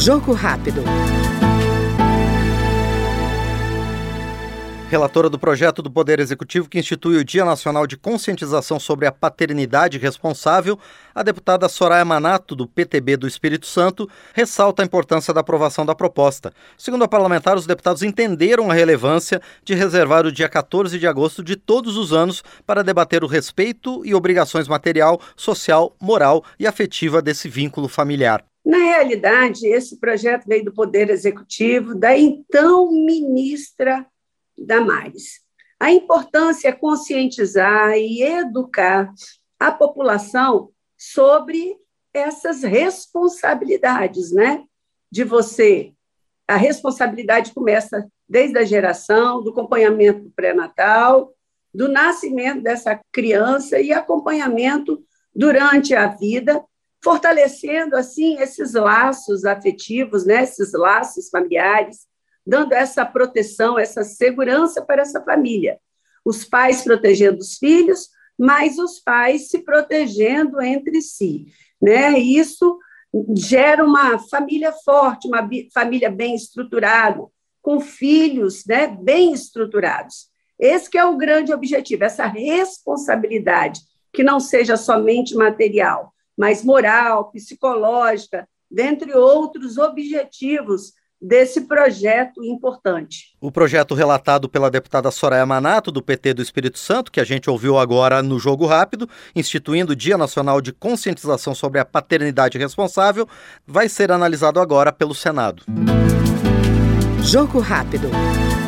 Jogo rápido. Relatora do projeto do Poder Executivo que institui o Dia Nacional de Conscientização sobre a Paternidade Responsável, a deputada Soraya Manato, do PTB do Espírito Santo, ressalta a importância da aprovação da proposta. Segundo a parlamentar, os deputados entenderam a relevância de reservar o dia 14 de agosto de todos os anos para debater o respeito e obrigações material, social, moral e afetiva desse vínculo familiar. Na realidade, esse projeto veio do Poder Executivo, da então ministra Damares. A importância é conscientizar e educar a população sobre essas responsabilidades, né? De você. A responsabilidade começa desde a geração, do acompanhamento pré-natal, do nascimento dessa criança e acompanhamento durante a vida, fortalecendo, assim, esses laços afetivos, né? Esses laços familiares, dando essa proteção, essa segurança para essa família. Os pais protegendo os filhos, mas os pais se protegendo entre si, né? E isso gera uma família forte, uma família bem estruturada, com filhos, né, bem estruturados. Esse que é o grande objetivo, essa responsabilidade, que não seja somente material, mas moral, psicológica, dentre outros objetivos desse projeto importante. O projeto relatado pela deputada Soraya Manato, do PT do Espírito Santo, que a gente ouviu agora no Jogo Rápido, instituindo o Dia Nacional de Conscientização sobre a Paternidade Responsável, vai ser analisado agora pelo Senado. Jogo rápido.